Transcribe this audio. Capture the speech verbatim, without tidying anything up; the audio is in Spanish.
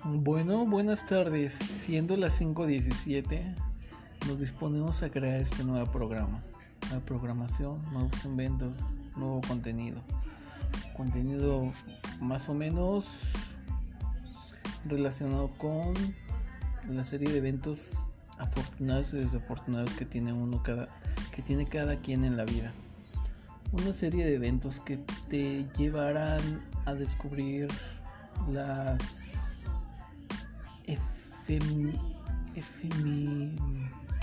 Bueno, buenas tardes. Siendo las cinco diecisiete, nos disponemos a crear este nuevo programa. Nueva programación, nuevos inventos, nuevo contenido. Contenido más o menos relacionado con la serie de eventos afortunados y desafortunados que tiene uno cada, que tiene cada quien en la vida. Una serie de eventos que te llevarán a descubrir las efem, efemi,